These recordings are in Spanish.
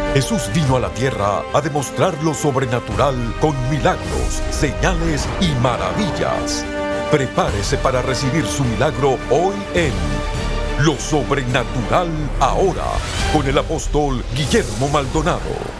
Jesús vino a la tierra a demostrar lo sobrenatural con milagros, señales y maravillas. Prepárese para recibir su milagro hoy en Lo Sobrenatural Ahora, con el apóstol Guillermo Maldonado.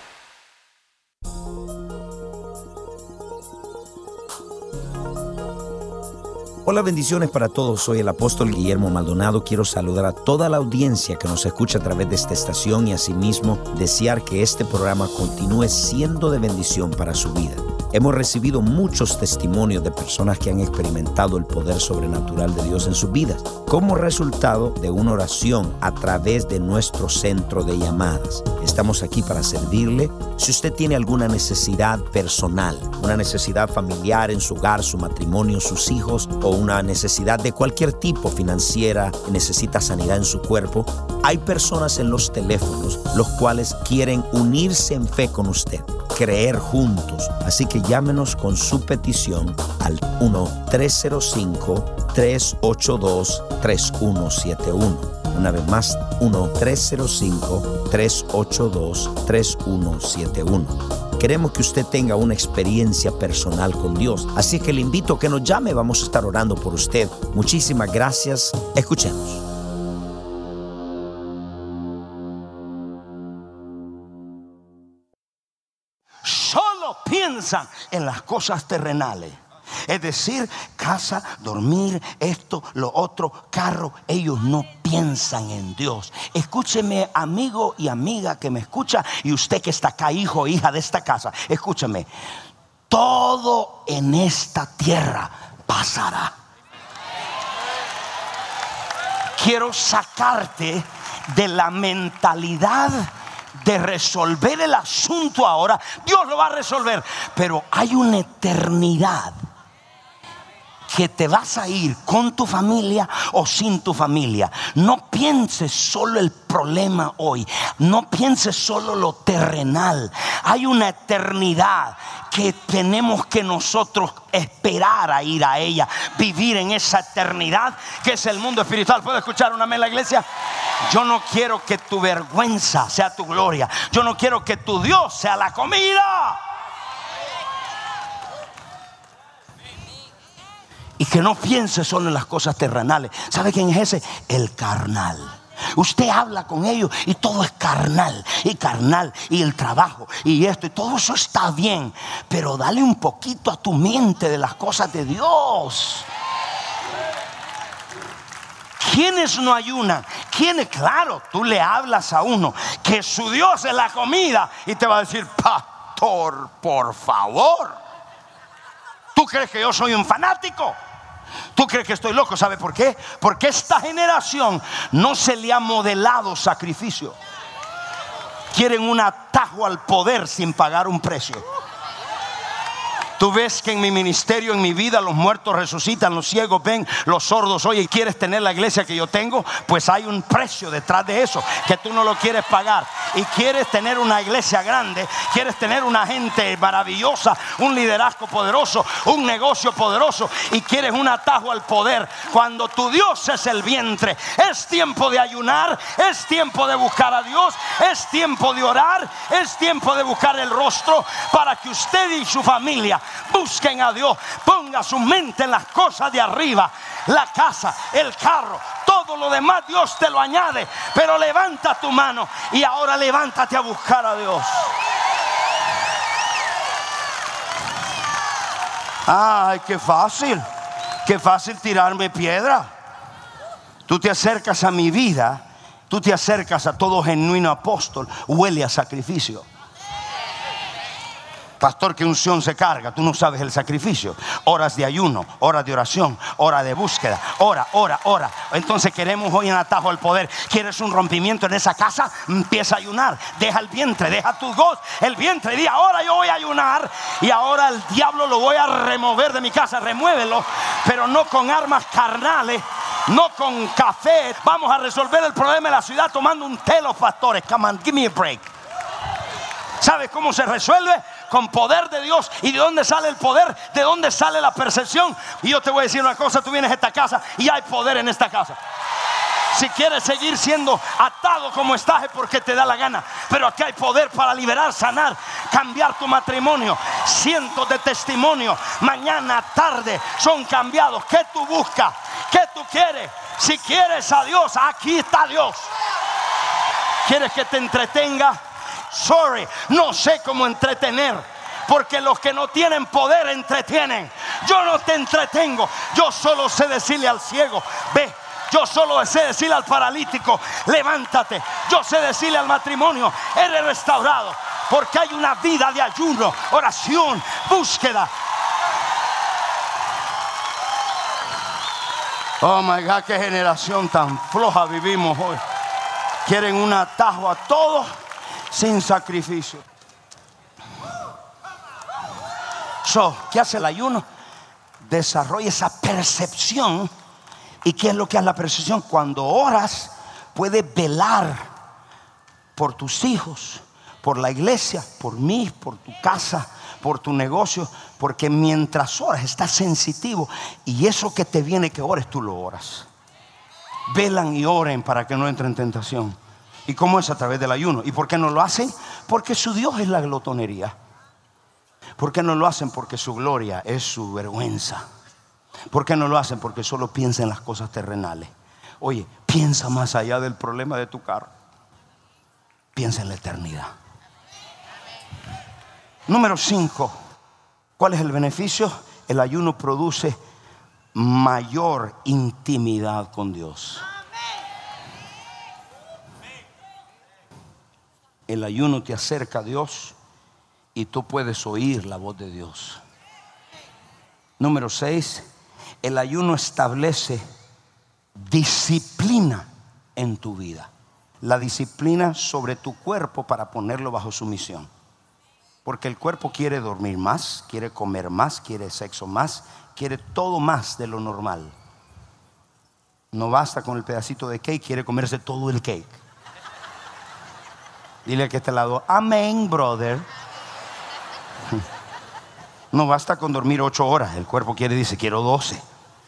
Hola, bendiciones para todos. Soy el apóstol Guillermo Maldonado. Quiero saludar a toda la audiencia que nos escucha a través de esta estación y asimismo desear que este programa continúe siendo de bendición para su vida. Hemos recibido muchos testimonios de personas que han experimentado el poder sobrenatural de Dios en sus vidas como resultado de una oración a través de nuestro centro de llamadas. Estamos aquí para servirle. Si usted tiene alguna necesidad personal, una necesidad familiar en su hogar, su matrimonio, sus hijos, o una necesidad de cualquier tipo financiera, necesita sanidad en su cuerpo, hay personas en los teléfonos los cuales quieren unirse en fe con usted, creer juntos. Así que llámenos con su petición al 1-305-382-3171. Una vez más, 1-305-382-3171. Queremos que usted tenga una experiencia personal con Dios. Así que le invito a que nos llame. Vamos a estar orando por usted. Muchísimas gracias. Escuchemos. Solo piensan en las cosas terrenales. Es decir, casa, dormir, esto, lo otro, carro. Ellos no piensan en Dios. Escúcheme, amigo y amiga que me escucha, y usted que está acá, hijo o hija de esta casa, escúcheme. Todo en esta tierra pasará. Quiero sacarte de la mentalidad de resolver el asunto ahora. Dios lo va a resolver, pero hay una eternidad que te vas a ir con tu familia o sin tu familia. No pienses solo el problema hoy. No pienses solo lo terrenal. Hay una eternidad que tenemos que nosotros esperar a ir a ella, vivir en esa eternidad que es el mundo espiritual. ¿Puedo escuchar un amén en la iglesia? Yo no quiero que tu vergüenza sea tu gloria. Yo no quiero que tu Dios sea la comida. Y que no piense solo en las cosas terrenales. ¿Sabe quién es ese? El carnal. Usted habla con ellos y todo es carnal. Y carnal, y el trabajo, y esto, y todo eso está bien. Pero dale un poquito a tu mente de las cosas de Dios. ¿Quiénes no ayunan? ¿Quiénes? Claro, tú le hablas a uno que su Dios es la comida y te va a decir: pastor, por favor. ¿Tú crees que yo soy un fanático? ¿Tú crees que estoy loco? ¿Sabe por qué? Porque esta generación no se le ha modelado sacrificio. Quieren un atajo al poder sin pagar un precio. Tú ves que en mi ministerio, en mi vida, los muertos resucitan, los ciegos ven, los sordos oyen. ¿Quieres tener la iglesia que yo tengo? Pues hay un precio detrás de eso que tú no lo quieres pagar. Y quieres tener una iglesia grande, quieres tener una gente maravillosa, un liderazgo poderoso, un negocio poderoso, y quieres un atajo al poder. Cuando tu Dios es el vientre, es tiempo de ayunar, es tiempo de buscar a Dios, es tiempo de orar, es tiempo de buscar el rostro para que usted y su familia busquen a Dios. Ponga su mente en las cosas de arriba. La casa, el carro, todo lo demás Dios te lo añade. Pero levanta tu mano y ahora levántate a buscar a Dios. Ay, qué fácil tirarme piedra. Tú te acercas a mi vida, tú te acercas a todo genuino apóstol. Huele a sacrificio. Pastor, ¿qué unción se carga? Tú no sabes el sacrificio. Horas de ayuno, horas de oración, hora de búsqueda, hora. Entonces queremos hoy un atajo al poder. ¿Quieres un rompimiento en esa casa? Empieza a ayunar. Deja el vientre, deja tu voz, el vientre. Di: ahora yo voy a ayunar y ahora el diablo lo voy a remover de mi casa. Remuévelo, pero no con armas carnales, no con café. Vamos a resolver el problema de la ciudad tomando un té, los pastores. Come on, give me a break. ¿Sabes cómo se resuelve? Con poder de Dios. ¿Y de dónde sale el poder? ¿De dónde sale la percepción? Y yo te voy a decir una cosa: tú vienes a esta casa y hay poder en esta casa. Si quieres seguir siendo atado como estás es porque te da la gana. Pero aquí hay poder para liberar, sanar, cambiar tu matrimonio. Cientos de testimonios mañana, tarde son cambiados. ¿Qué tú buscas? ¿Qué tú quieres? Si quieres a Dios, aquí está Dios. ¿Quieres que te entretenga? Sorry, no sé cómo entretener, porque los que no tienen poder entretienen. Yo no te entretengo. Yo solo sé decirle al ciego, ve. Yo solo sé decirle al paralítico, levántate. Yo sé decirle al matrimonio, eres restaurado. Porque hay una vida de ayuno, oración, búsqueda. Oh my God, qué generación tan floja vivimos hoy. Quieren un atajo a todo sin sacrificio. ¿Qué hace el ayuno? Desarrolla esa percepción. ¿Y qué es lo que hace la percepción? Cuando oras, puedes velar por tus hijos, por la iglesia, por mí, por tu casa, por tu negocio. Porque mientras oras estás sensitivo, y eso que te viene que ores, tú lo oras. Velan y oren para que no entren en tentación. ¿Y cómo es? A través del ayuno. ¿Y por qué no lo hacen? Porque su Dios es la glotonería. ¿Por qué no lo hacen? Porque su gloria es su vergüenza. ¿Por qué no lo hacen? Porque solo piensa en las cosas terrenales. Oye, piensa más allá del problema de tu carro. Piensa en la eternidad. Número 5. ¿Cuál es el beneficio? El ayuno produce mayor intimidad con Dios. El ayuno te acerca a Dios y tú puedes oír la voz de Dios. Número 6. El ayuno establece disciplina en tu vida. La disciplina sobre tu cuerpo para ponerlo bajo sumisión. Porque el cuerpo quiere dormir más, quiere comer más, quiere sexo más, quiere todo más de lo normal. No basta con el pedacito de cake, quiere comerse todo el cake. Dile al que está al lado, amén, brother. No basta con dormir 8 horas. El cuerpo dice, quiero 12.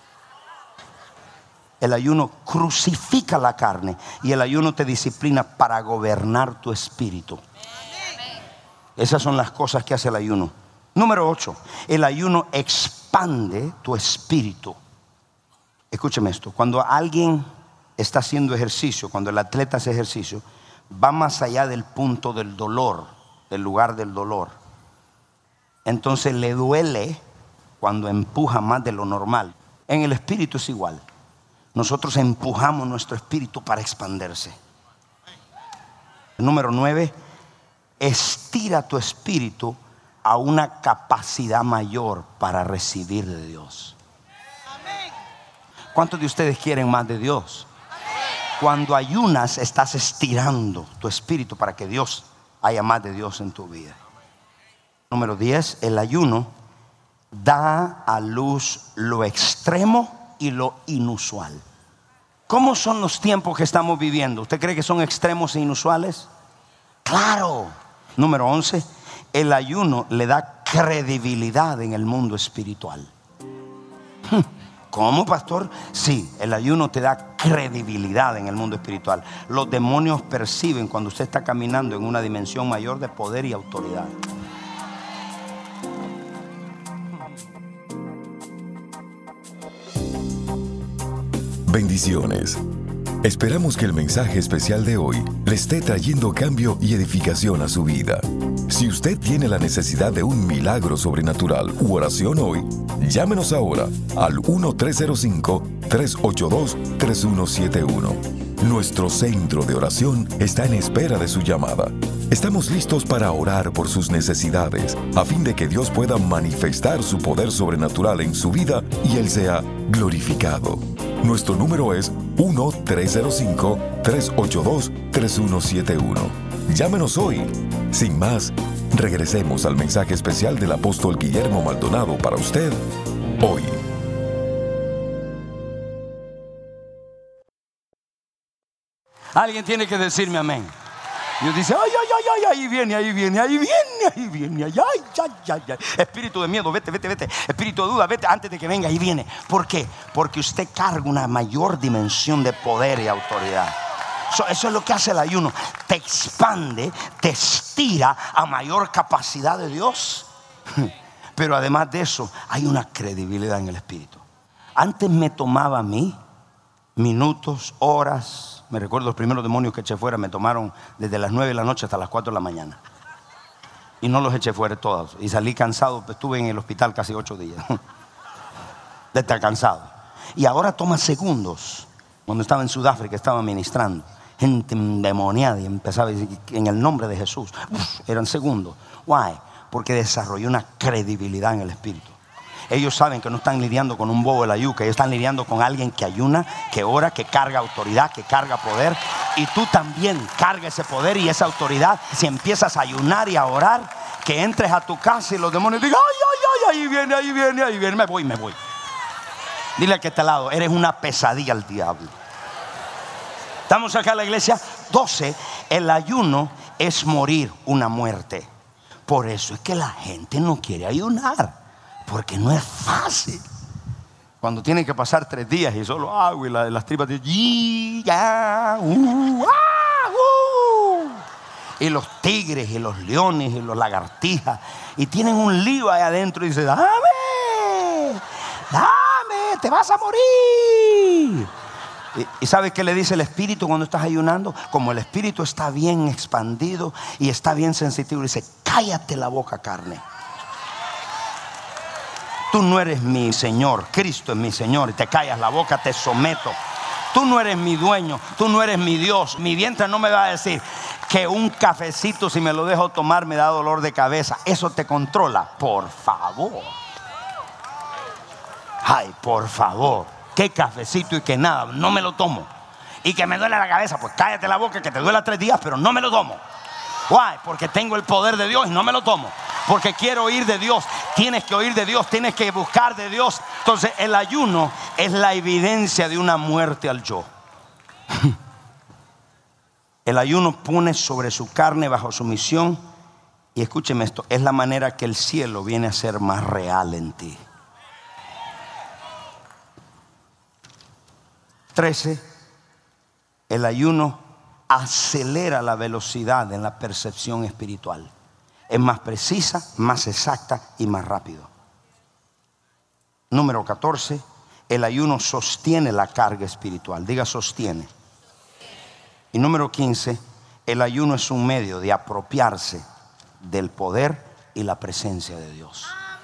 El ayuno crucifica la carne y el ayuno te disciplina para gobernar tu espíritu. Esas son las cosas que hace el ayuno. Número 8. El ayuno expande tu espíritu. Escúcheme esto. Cuando alguien está haciendo ejercicio, cuando el atleta hace ejercicio, va más allá del punto del dolor, del lugar del dolor. Entonces le duele cuando empuja más de lo normal. En el espíritu es igual. Nosotros empujamos nuestro espíritu para expandirse. Número 9. Estira tu espíritu a una capacidad mayor para recibir de Dios. ¿Cuántos de ustedes quieren más de Dios? Cuando ayunas estás estirando tu espíritu para que Dios haya más de Dios en tu vida. Número 10. El ayuno da a luz lo extremo y lo inusual. ¿Cómo son los tiempos que estamos viviendo? ¿Usted cree que son extremos e inusuales? Claro. Número 11. El ayuno le da credibilidad en el mundo espiritual. ¿Cómo, pastor? Sí, el ayuno te da credibilidad en el mundo espiritual. Los demonios perciben cuando usted está caminando en una dimensión mayor de poder y autoridad. Bendiciones. Esperamos que el mensaje especial de hoy le esté trayendo cambio y edificación a su vida. Si usted tiene la necesidad de un milagro sobrenatural u oración hoy, llámenos ahora al 1-305-382-3171. Nuestro centro de oración está en espera de su llamada. Estamos listos para orar por sus necesidades, a fin de que Dios pueda manifestar su poder sobrenatural en su vida y Él sea glorificado. Nuestro número es 1-305-382-3171. Llámenos hoy. Sin más, regresemos al mensaje especial del apóstol Guillermo Maldonado para usted hoy. Alguien tiene que decirme amén. Y dice, ay, ay, ay, ay, ahí viene, ahí viene, ahí viene, ahí viene, ay, ay, ay, ay. Espíritu de miedo, vete, vete, vete. Espíritu de duda, vete antes de que venga, ahí viene. ¿Por qué? Porque usted carga una mayor dimensión de poder y autoridad. Eso es lo que hace el ayuno. Te expande, te estira a mayor capacidad de Dios. Pero además de eso, hay una credibilidad en el espíritu. Antes me tomaba a mí minutos, horas. Me recuerdo los primeros demonios que eché fuera. Me tomaron desde las 9 de la noche hasta las 4 de la mañana. Y no los eché fuera todos. Y salí cansado. Estuve en el hospital casi 8 días de estar cansado. Y ahora toma segundos. Cuando estaba en Sudáfrica estaba ministrando, gente endemoniada, y empezaba a decir en el nombre de Jesús. Eran segundos. Why? Porque desarrolló una credibilidad en el espíritu. Ellos saben que no están lidiando con un bobo de la yuca. Ellos están lidiando con alguien que ayuna, que ora, que carga autoridad, que carga poder. Y tú también carga ese poder y esa autoridad. Si empiezas a ayunar y a orar, que entres a tu casa y los demonios digan, ay, ay, ay, ahí viene, ahí viene, ahí viene. Me voy. Dile al que está al lado, eres una pesadilla al diablo. Estamos acá en la iglesia. 12, el ayuno es morir una muerte. Por eso es que la gente no quiere ayunar. Porque no es fácil. Cuando tienen que pasar 3 días y solo agua y las tripas dicen y los tigres y los leones y los lagartijas y tienen un lío ahí adentro y dicen, dame, te vas a morir. ¿Y sabes qué le dice el espíritu cuando estás ayunando? Como el espíritu está bien expandido y está bien sensitivo, dice, cállate la boca, carne. Tú no eres mi Señor, Cristo es mi Señor. Y te callas la boca, te someto. Tú no eres mi dueño, tú no eres mi Dios. Mi vientre no me va a decir que un cafecito, si me lo dejo tomar, me da dolor de cabeza. Eso te controla, por favor. Ay, por favor, qué cafecito y que nada, no me lo tomo. Y que me duele la cabeza, pues cállate la boca, que te duela 3 días, pero no me lo tomo. Why? Porque tengo el poder de Dios y no me lo tomo. Porque quiero oír de Dios. Tienes que oír de Dios, tienes que buscar de Dios. Entonces el ayuno es la evidencia de una muerte al yo. El ayuno pone sobre su carne bajo sumisión. Y escúcheme esto, es la manera que el cielo viene a ser más real en ti. 13, el ayuno acelera la velocidad en la percepción espiritual. Es más precisa, más exacta y más rápido. Número 14, el ayuno sostiene la carga espiritual. Diga sostiene. Y número 15, el ayuno es un medio de apropiarse del poder y la presencia de Dios.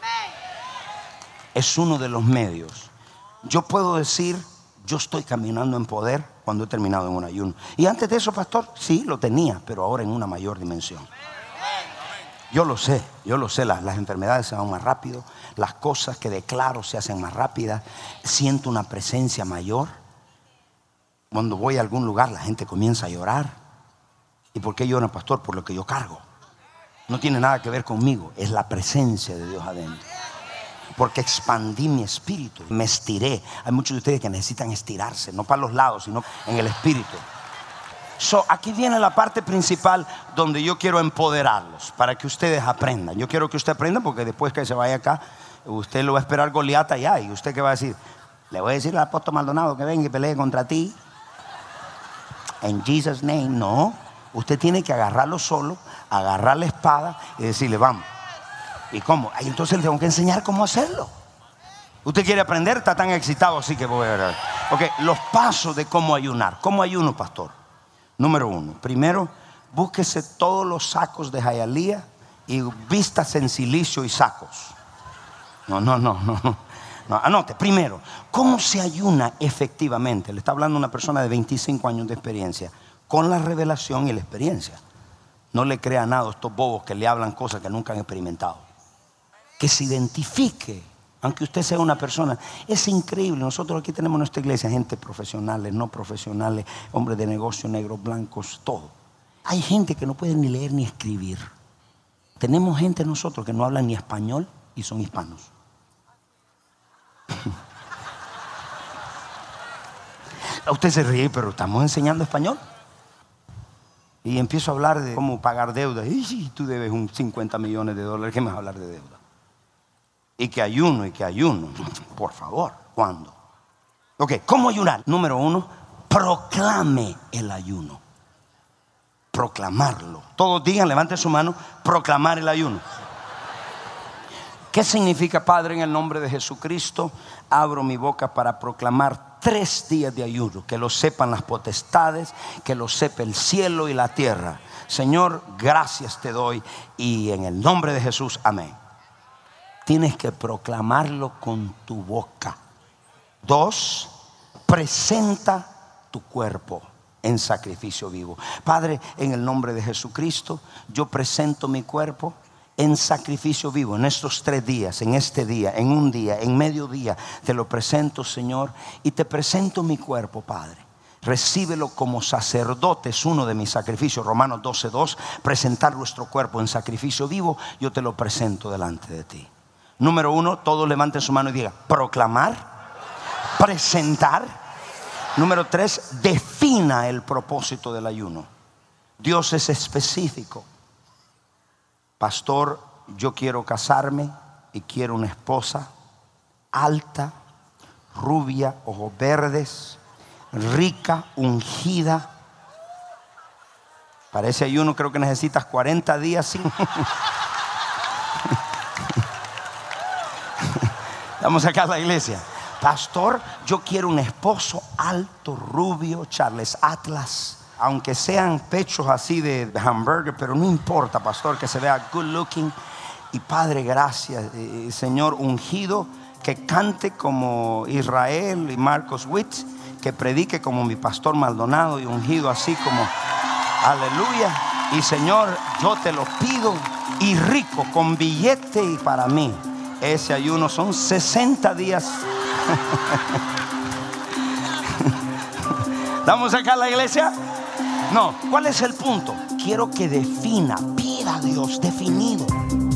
Es uno de los medios. Yo puedo decir, yo estoy caminando en poder cuando he terminado en un ayuno. Y antes de eso, pastor, sí, lo tenía, pero ahora en una mayor dimensión. Yo lo sé, las enfermedades se van más rápido, las cosas que declaro se hacen más rápidas, siento una presencia mayor. Cuando voy a algún lugar la gente comienza a llorar. ¿Y por qué lloran, pastor? Por lo que yo cargo. No tiene nada que ver conmigo, es la presencia de Dios adentro. Porque expandí mi espíritu, me estiré. Hay muchos de ustedes que necesitan estirarse, no para los lados, sino en el espíritu. Aquí viene la parte principal donde yo quiero empoderarlos para que ustedes aprendan. Yo quiero que usted aprenda porque después que se vaya acá, usted lo va a esperar Goliat allá. ¿Y usted qué va a decir? Le voy a decir al apóstol Maldonado que venga y pelee contra ti. En Jesus' name. No, usted tiene que agarrarlo solo, agarrar la espada y decirle vamos. ¿Y cómo? Entonces le tengo que enseñar cómo hacerlo. ¿Usted quiere aprender? Está tan excitado así que voy a ver. Ok, los pasos de cómo ayunar. ¿Cómo ayuno, pastor? Número 1, primero, búsquese todos los sacos de Hialeah y vístase en cilicio y sacos. No. Anote, primero, ¿cómo se ayuna efectivamente? Le está hablando una persona de 25 años de experiencia, con la revelación y la experiencia. No le crea nada a estos bobos que le hablan cosas que nunca han experimentado. Que se identifique, aunque usted sea una persona. Es increíble, nosotros aquí tenemos en nuestra iglesia gente profesionales, no profesionales, hombres de negocio, negros, blancos, todo. Hay gente que no puede ni leer ni escribir. Tenemos gente nosotros que no hablan ni español y son hispanos. Usted se ríe, pero estamos enseñando español. Y empiezo a hablar de cómo pagar deuda. Y si tú debes un 50 millones de dólares, ¿qué me vas a hablar de deuda? Y que ayuno. Por favor, ¿cuándo? Ok, ¿cómo ayunar? Número 1, proclame el ayuno. Proclamarlo. Todos digan, levante su mano, proclamar el ayuno. ¿Qué significa, Padre, en el nombre de Jesucristo? Abro mi boca para proclamar 3 días de ayuno. Que lo sepan las potestades, que lo sepa el cielo y la tierra. Señor, gracias te doy. Y en el nombre de Jesús, amén. Tienes que proclamarlo con tu boca. 2, presenta tu cuerpo en sacrificio vivo. Padre, en el nombre de Jesucristo, yo presento mi cuerpo en sacrificio vivo en estos 3 días, en este día, en un día, en mediodía. Te lo presento, Señor, y te presento mi cuerpo, Padre. Recíbelo como sacerdote, es uno de mis sacrificios. Romanos 12:2, presentar nuestro cuerpo en sacrificio vivo. Yo te lo presento delante de ti. Número 1, todos levanten su mano y digan: proclamar, presentar. Número 3, defina el propósito del ayuno. Dios es específico. Pastor, yo quiero casarme y quiero una esposa alta, rubia, ojos verdes, rica, ungida. Para ese ayuno creo que necesitas 40 días sin... Vamos acá a la iglesia. Pastor, yo quiero un esposo alto, rubio, Charles Atlas. Aunque sean pechos así de hamburger, pero no importa, pastor, que se vea good looking. Y Padre, gracias, Señor, ungido, que cante como Israel y Marcos Witt, que predique como mi pastor Maldonado, y ungido así como aleluya. Y Señor, yo te lo pido, y rico, con billete. Y para mí ese ayuno son 60 días. ¿Estamos acá en la iglesia? No, ¿cuál es el punto? Quiero que defina, pida a Dios definido.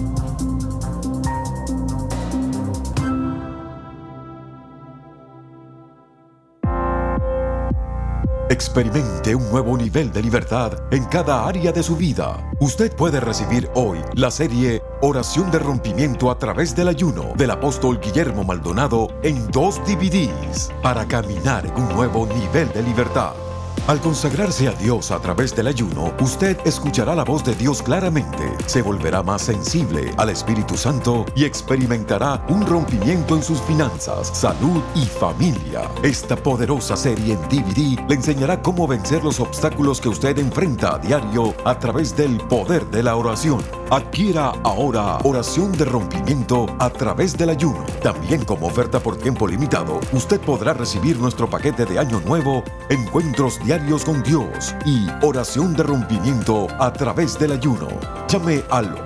Experimente un nuevo nivel de libertad en cada área de su vida. Usted puede recibir hoy la serie Oración de Rompimiento a través del ayuno del apóstol Guillermo Maldonado en 2 DVDs para caminar en un nuevo nivel de libertad. Al consagrarse a Dios a través del ayuno, usted escuchará la voz de Dios claramente, se volverá más sensible al Espíritu Santo y experimentará un rompimiento en sus finanzas, salud y familia. Esta poderosa serie en DVD le enseñará cómo vencer los obstáculos que usted enfrenta a diario a través del poder de la oración. Adquiera ahora Oración de Rompimiento a través del ayuno. También como oferta por tiempo limitado, usted podrá recibir nuestro paquete de Año Nuevo, Encuentros Diarios con Dios y Oración de Rompimiento a través del ayuno. Llame al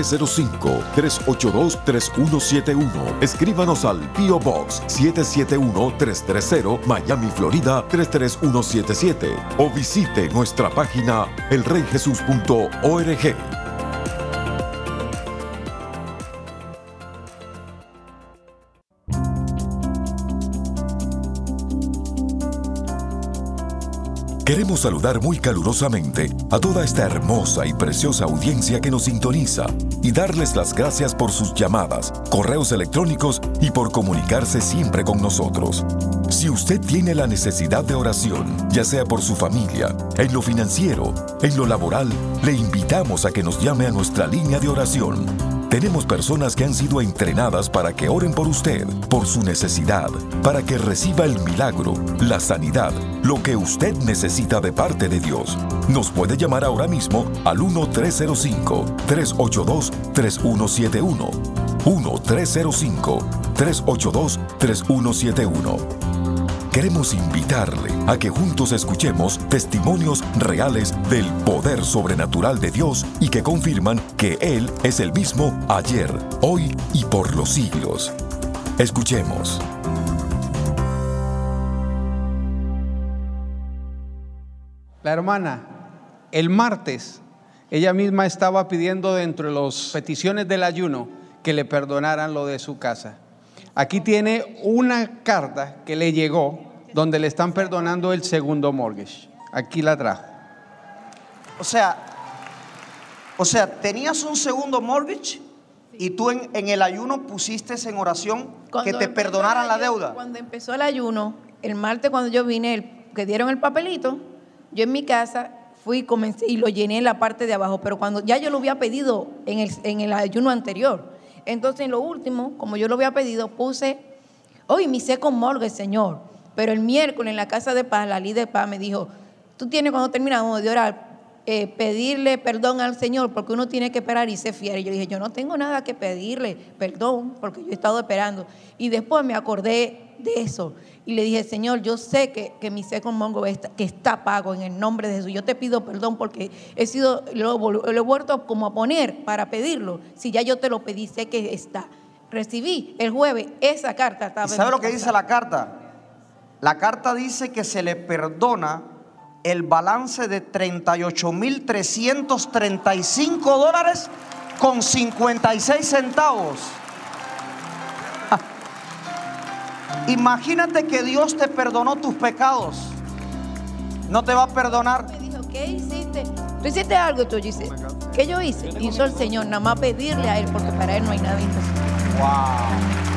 1-305-382-3171. Escríbanos al P.O. Box 771-330, Miami, Florida 33177. O visite nuestra página elreyjesus.org. Queremos saludar muy calurosamente a toda esta hermosa y preciosa audiencia que nos sintoniza y darles las gracias por sus llamadas, correos electrónicos y por comunicarse siempre con nosotros. Si usted tiene la necesidad de oración, ya sea por su familia, en lo financiero, en lo laboral, le invitamos a que nos llame a nuestra línea de oración. Tenemos personas que han sido entrenadas para que oren por usted, por su necesidad, para que reciba el milagro, la sanidad, lo que usted necesita de parte de Dios. Nos puede llamar ahora mismo al 1-305-382-3171. 1-305-382-3171. Queremos invitarle a que juntos escuchemos testimonios reales del poder sobrenatural de Dios y que confirman que Él es el mismo ayer, hoy y por los siglos. Escuchemos. La hermana, el martes, ella misma estaba pidiendo dentro de las peticiones del ayuno que le perdonaran lo de su casa. Aquí tiene una carta que le llegó donde le están perdonando el segundo mortgage. Aquí la trajo. O sea, tenías un segundo mortgage y tú en el ayuno pusiste en oración que te perdonaran la deuda. Cuando empezó el ayuno, el martes cuando yo vine, que dieron el papelito, yo en mi casa fui, comencé y lo llené en la parte de abajo, pero cuando ya yo lo había pedido en el ayuno anterior. Entonces en lo último, como yo lo había pedido, puse, hoy me hice con mortgage, Señor. Pero el miércoles en la casa de paz, la líder de paz me dijo, tú tienes cuando terminamos de orar, pedirle perdón al Señor, porque uno tiene que esperar y ser fiel. Y yo dije, yo no tengo nada que pedirle perdón, porque yo he estado esperando. Y después me acordé de eso y le dije, Señor, yo sé que mi second mortgage que está pago en el nombre de Jesús. Yo te pido perdón porque lo he vuelto como a poner para pedirlo. Si ya yo te lo pedí, sé que está. Recibí el jueves esa carta. ¿Sabe lo que dice la carta? La carta dice que se le perdona el balance de $38,335 con 56 centavos. Imagínate que Dios te perdonó tus pecados. ¿No te va a perdonar? Me dijo, ¿qué hiciste? ¿Tú hiciste algo? Tú dices, ¿qué yo hice? Hizo el Señor, nada más pedirle a Él, porque para Él no hay nada imposible. Wow.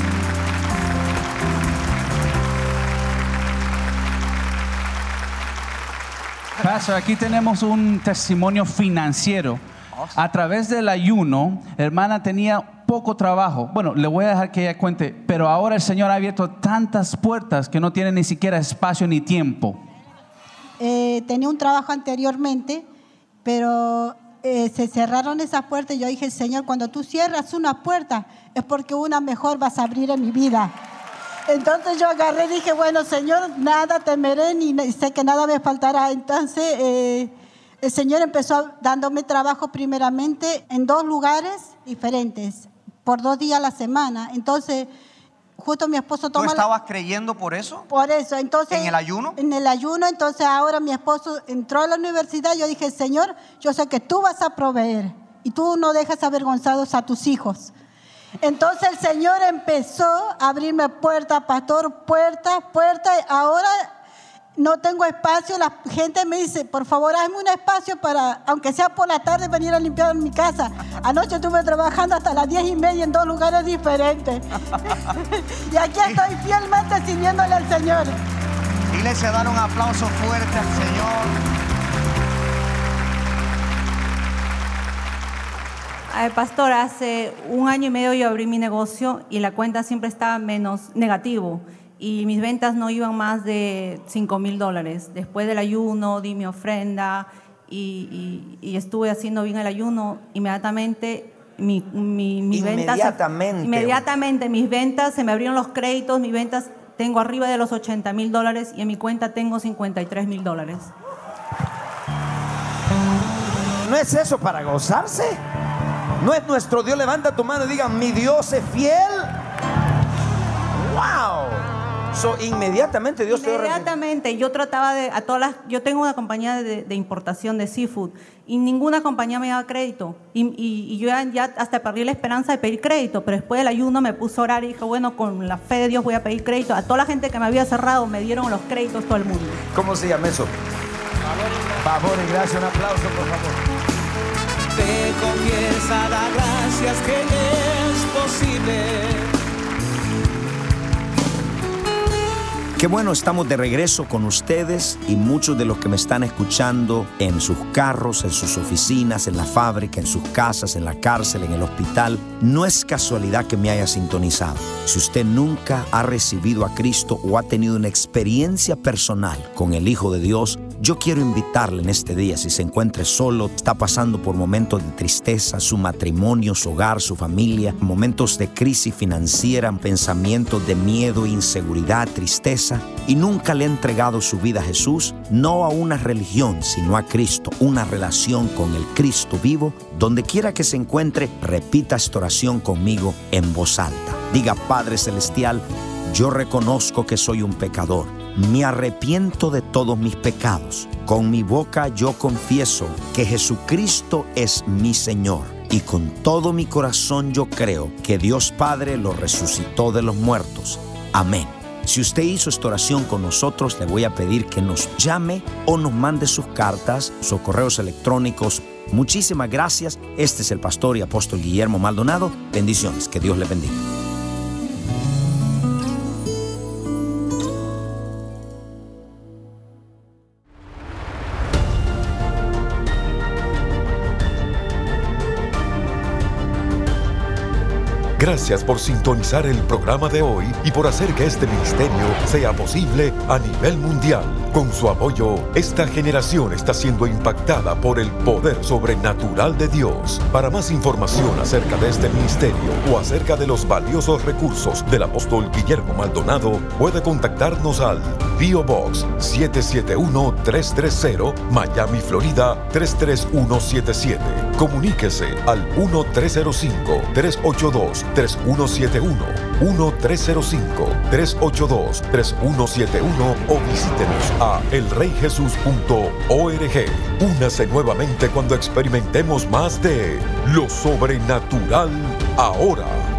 Pastor, aquí tenemos un testimonio financiero. A través del ayuno, hermana tenía poco trabajo. Bueno, le voy a dejar que ella cuente, pero ahora el Señor ha abierto tantas puertas que no tiene ni siquiera espacio ni tiempo. Tenía un trabajo anteriormente, pero se cerraron esas puertas y yo dije, Señor, cuando tú cierras una puerta es porque una mejor vas a abrir en mi vida. Entonces yo agarré y dije, bueno, Señor, nada temeré ni sé que nada me faltará. Entonces el Señor empezó dándome trabajo primeramente en 2 lugares diferentes, por 2 días a la semana. Entonces justo mi esposo toma... ¿Tú estabas creyendo por eso? Por eso, entonces... ¿En el ayuno? En el ayuno, entonces ahora mi esposo entró a la universidad. Yo dije, Señor, yo sé que tú vas a proveer y tú no dejas avergonzados a tus hijos. Entonces el Señor empezó a abrirme puerta, pastor, puerta. Ahora no tengo espacio. La gente me dice, por favor, hazme un espacio para, aunque sea por la tarde, venir a limpiar mi casa. Anoche estuve trabajando hasta las 10:30 en 2 lugares diferentes. Y aquí estoy fielmente sirviéndole al Señor. Iglesia, dar un aplauso fuerte al Señor. Pastor, hace 1 año y medio yo abrí mi negocio y la cuenta siempre estaba menos negativo y mis ventas no iban más de $5,000. Después del ayuno di mi ofrenda y estuve haciendo bien el ayuno. Inmediatamente mis ventas se me abrieron los créditos. Mis ventas tengo arriba de los $80,000 y en mi cuenta tengo $53,000. ¿No es eso para gozarse? ¿No es nuestro Dios? Levanta tu mano y diga, mi Dios es fiel. ¡Wow! Inmediatamente Dios te... Inmediatamente yo trataba de yo tengo una compañía de importación de seafood y ninguna compañía me daba crédito y yo ya hasta perdí la esperanza de pedir crédito, pero después del ayuno me puse a orar y dije, bueno, con la fe de Dios voy a pedir crédito. A toda la gente que me había cerrado me dieron los créditos, todo el mundo. ¿Cómo se llama eso? Favor y gracia. Un aplauso, por favor. Te confiesa, da gracias que es posible. Qué bueno, estamos de regreso con ustedes y muchos de los que me están escuchando en sus carros, en sus oficinas, en la fábrica, en sus casas, en la cárcel, en el hospital. No es casualidad que me haya sintonizado. Si usted nunca ha recibido a Cristo o ha tenido una experiencia personal con el Hijo de Dios, yo quiero invitarle en este día, si se encuentra solo, está pasando por momentos de tristeza, su matrimonio, su hogar, su familia, momentos de crisis financiera, pensamientos de miedo, inseguridad, tristeza, y nunca le ha entregado su vida a Jesús, no a una religión, sino a Cristo, una relación con el Cristo vivo. Donde quiera que se encuentre, repita esta oración conmigo en voz alta. Diga, Padre Celestial, yo reconozco que soy un pecador. Me arrepiento de todos mis pecados. Con mi boca yo confieso que Jesucristo es mi Señor. Y con todo mi corazón yo creo que Dios Padre lo resucitó de los muertos. Amén. Si usted hizo esta oración con nosotros, le voy a pedir que nos llame o nos mande sus cartas, sus correos electrónicos. Muchísimas gracias. Este es el pastor y apóstol Guillermo Maldonado. Bendiciones. Que Dios le bendiga. Gracias por sintonizar el programa de hoy y por hacer que este ministerio sea posible a nivel mundial. Con su apoyo, esta generación está siendo impactada por el poder sobrenatural de Dios. Para más información acerca de este ministerio o acerca de los valiosos recursos del apóstol Guillermo Maldonado, puede contactarnos al P.O. Box 771-330, Miami, Florida 33177. Comuníquese al 1-305-382-3171, 1-305-382-3171 o visítenos a elreyjesus.org. Únase nuevamente cuando experimentemos más de lo sobrenatural ahora.